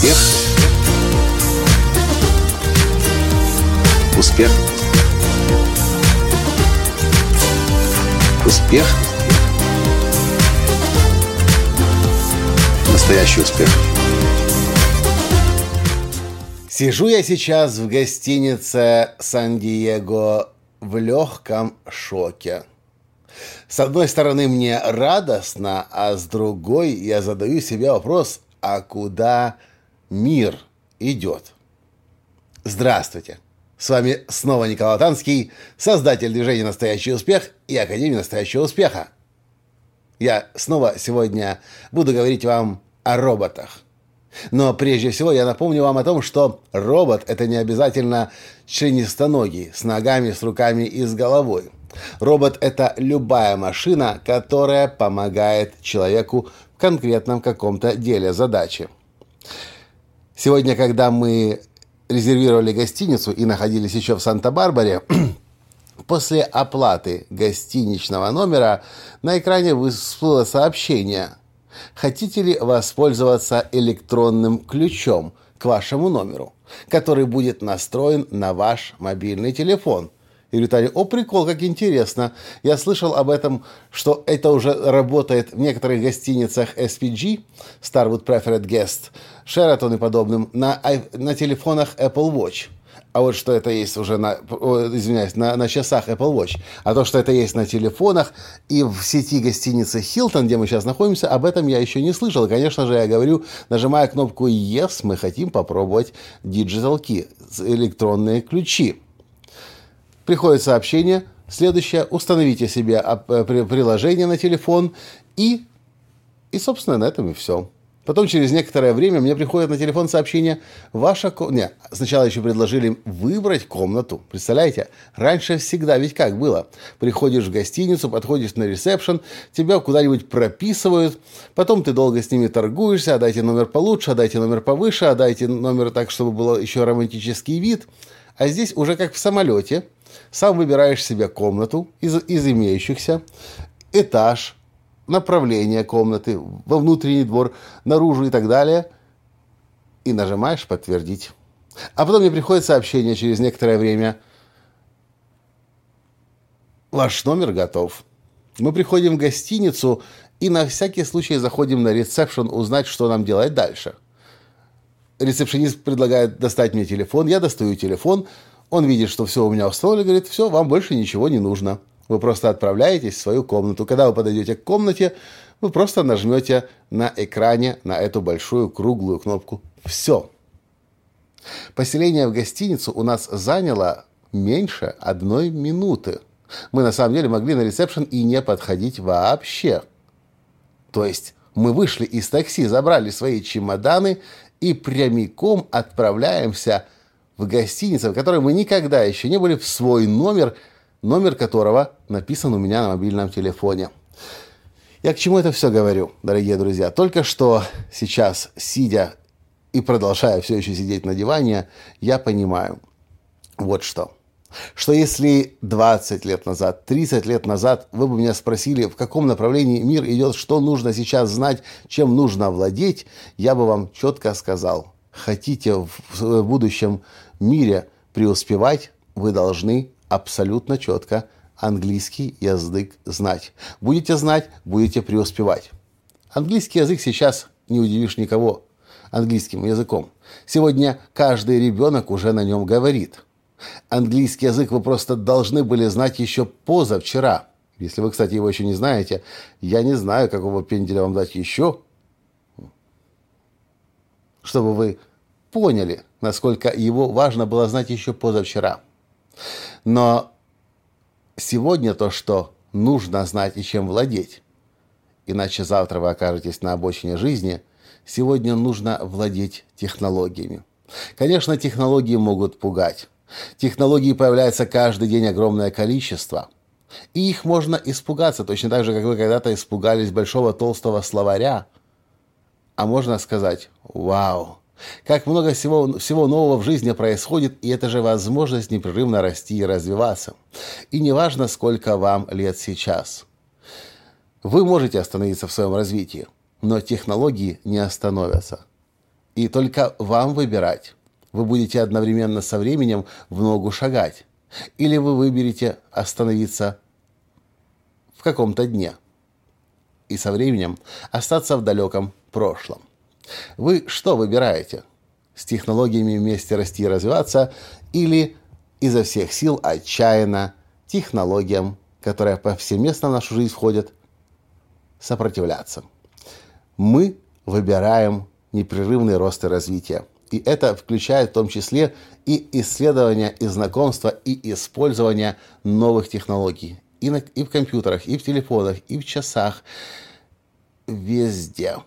Успех. Успех. Успех. Настоящий успех. Сижу я сейчас в гостинице «Сан-Диего» в легком шоке. С одной стороны, мне радостно, а с другой я задаю себе вопрос, а куда мир идет? Здравствуйте! С вами снова Николай Танский, создатель движения «Настоящий успех» и Академии настоящего успеха. Я снова сегодня буду говорить вам о роботах. Но прежде всего я напомню вам о том, что робот – это не обязательно членистоногий, с ногами, с руками и с головой. Робот – это любая машина, которая помогает человеку в конкретном каком-то деле, задаче. Сегодня, когда мы резервировали гостиницу и находились еще в Санта-Барбаре, после оплаты гостиничного номера на экране всплыло сообщение: хотите ли воспользоваться электронным ключом к вашему номеру, который будет настроен на ваш мобильный телефон? И говорит: о, прикол, как интересно. Я слышал об этом, что это уже работает в некоторых гостиницах SPG, Starwood Preferred Guest, Sheraton и подобным, на телефонах Apple Watch. А вот что это есть уже на часах Apple Watch. А то, что это есть на телефонах и в сети гостиницы Hilton, где мы сейчас находимся, об этом я еще не слышал. И, конечно же, я говорю, нажимая кнопку Yes, мы хотим попробовать Digital Key, электронные ключи. Приходит сообщение. Следующее. Установите себе приложение на телефон. И собственно, на этом и все. Потом, через некоторое время, мне приходит на телефон сообщение: сначала еще предложили выбрать комнату. Представляете? Раньше всегда ведь как было? Приходишь в гостиницу, подходишь на ресепшн, тебя куда-нибудь прописывают, потом ты долго с ними торгуешься: а дайте номер получше, а дайте номер повыше, а дайте номер так, чтобы был еще романтический вид. А здесь уже как в самолете. Сам выбираешь себе комнату из имеющихся, этаж, направление комнаты, во внутренний двор, наружу и так далее. И нажимаешь «Подтвердить». А потом мне приходит сообщение через некоторое время: ваш номер готов. Мы приходим в гостиницу и на всякий случай заходим на ресепшн узнать, что нам делать дальше. Ресепшенист предлагает достать мне телефон. Я достаю телефон. Он видит, что все у меня устроили, говорит: все, вам больше ничего не нужно. Вы просто отправляетесь в свою комнату. Когда вы подойдете к комнате, вы просто нажмете на экране на эту большую круглую кнопку «Все». Поселение в гостиницу у нас заняло меньше 1 минуты. Мы на самом деле могли на ресепшн и не подходить вообще. То есть мы вышли из такси, забрали свои чемоданы и прямиком отправляемся в гостиницу, в которой мы никогда еще не были, в свой номер которого написан у меня на мобильном телефоне. Я к чему это все говорю, дорогие друзья? Только что сейчас, сидя и продолжая все еще сидеть на диване, я понимаю вот что. Что если 20 лет назад, 30 лет назад вы бы меня спросили, в каком направлении мир идет, что нужно сейчас знать, чем нужно владеть, я бы вам четко сказал: хотите в будущем мире преуспевать, вы должны абсолютно четко английский язык знать. Будете знать, будете преуспевать. Английский язык сейчас не удивишь никого английским языком. Сегодня каждый ребенок уже на нем говорит. Английский язык вы просто должны были знать еще позавчера. Если вы, кстати, его еще не знаете, я не знаю, какого пенделя вам дать еще, чтобы вы поняли, насколько его важно было знать еще позавчера. Но сегодня то, что нужно знать и чем владеть, иначе завтра вы окажетесь на обочине жизни, сегодня нужно владеть технологиями. Конечно, технологии могут пугать. Технологий появляется каждый день огромное количество. И их можно испугаться, точно так же, как вы когда-то испугались большого толстого словаря. А можно сказать: вау, как много всего нового в жизни происходит, и это же возможность непрерывно расти и развиваться. И неважно, сколько вам лет сейчас. Вы можете остановиться в своем развитии, но технологии не остановятся. И только вам выбирать. Вы будете одновременно со временем в ногу шагать. Или вы выберете остановиться в каком-то дне и со временем остаться в далеком прошлом. Вы что выбираете? С технологиями вместе расти и развиваться или изо всех сил отчаянно технологиям, которые повсеместно в нашу жизнь входят, сопротивляться? Мы выбираем непрерывный рост и развитие. И это включает в том числе и исследование, и знакомство, и использование новых технологий. И в компьютерах, и в телефонах, и в часах. Везде.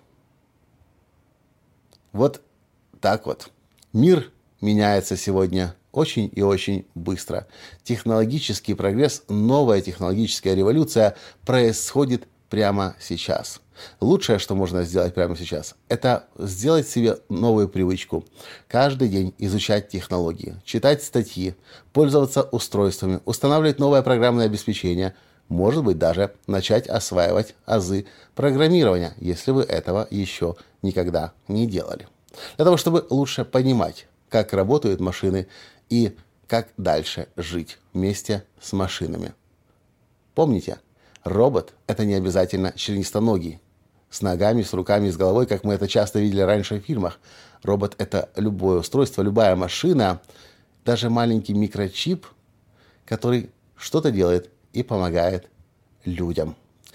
Вот так вот. Мир меняется сегодня очень и очень быстро. Технологический прогресс, новая технологическая революция происходит прямо сейчас. Лучшее, что можно сделать прямо сейчас, это сделать себе новую привычку. Каждый день изучать технологии, читать статьи, пользоваться устройствами, устанавливать новое программное обеспечение, может быть, даже начать осваивать азы программирования, если вы этого еще никогда не делали. Для того, чтобы лучше понимать, как работают машины и как дальше жить вместе с машинами. Помните, робот – это не обязательно членистоногий. С ногами, с руками, с головой, как мы это часто видели раньше в фильмах. Робот – это любое устройство, любая машина, даже маленький микрочип, который что-то делает и помогает людям.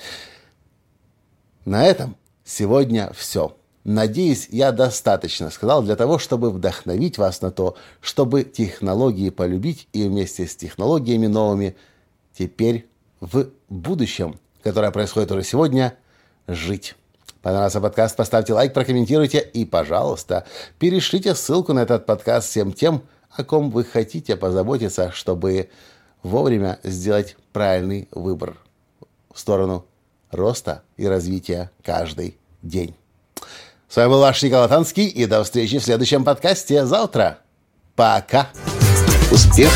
На этом сегодня все. Надеюсь, я достаточно сказал для того, чтобы вдохновить вас на то, чтобы технологии полюбить и вместе с технологиями новыми теперь в будущем, которое происходит уже сегодня, жить. Понравился подкаст? Поставьте лайк, прокомментируйте и, пожалуйста, перешлите ссылку на этот подкаст всем тем, о ком вы хотите позаботиться, чтобы вовремя сделать правильный выбор в сторону роста и развития каждый день. С вами был ваш Николай Танский, и до встречи в следующем подкасте завтра. Пока! Успех!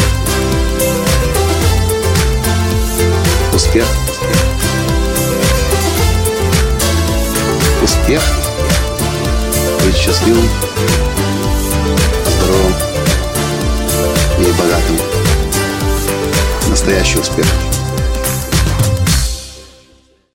Успех! Успех! Быть счастливым, здоровым и богатым. Настоящий успех!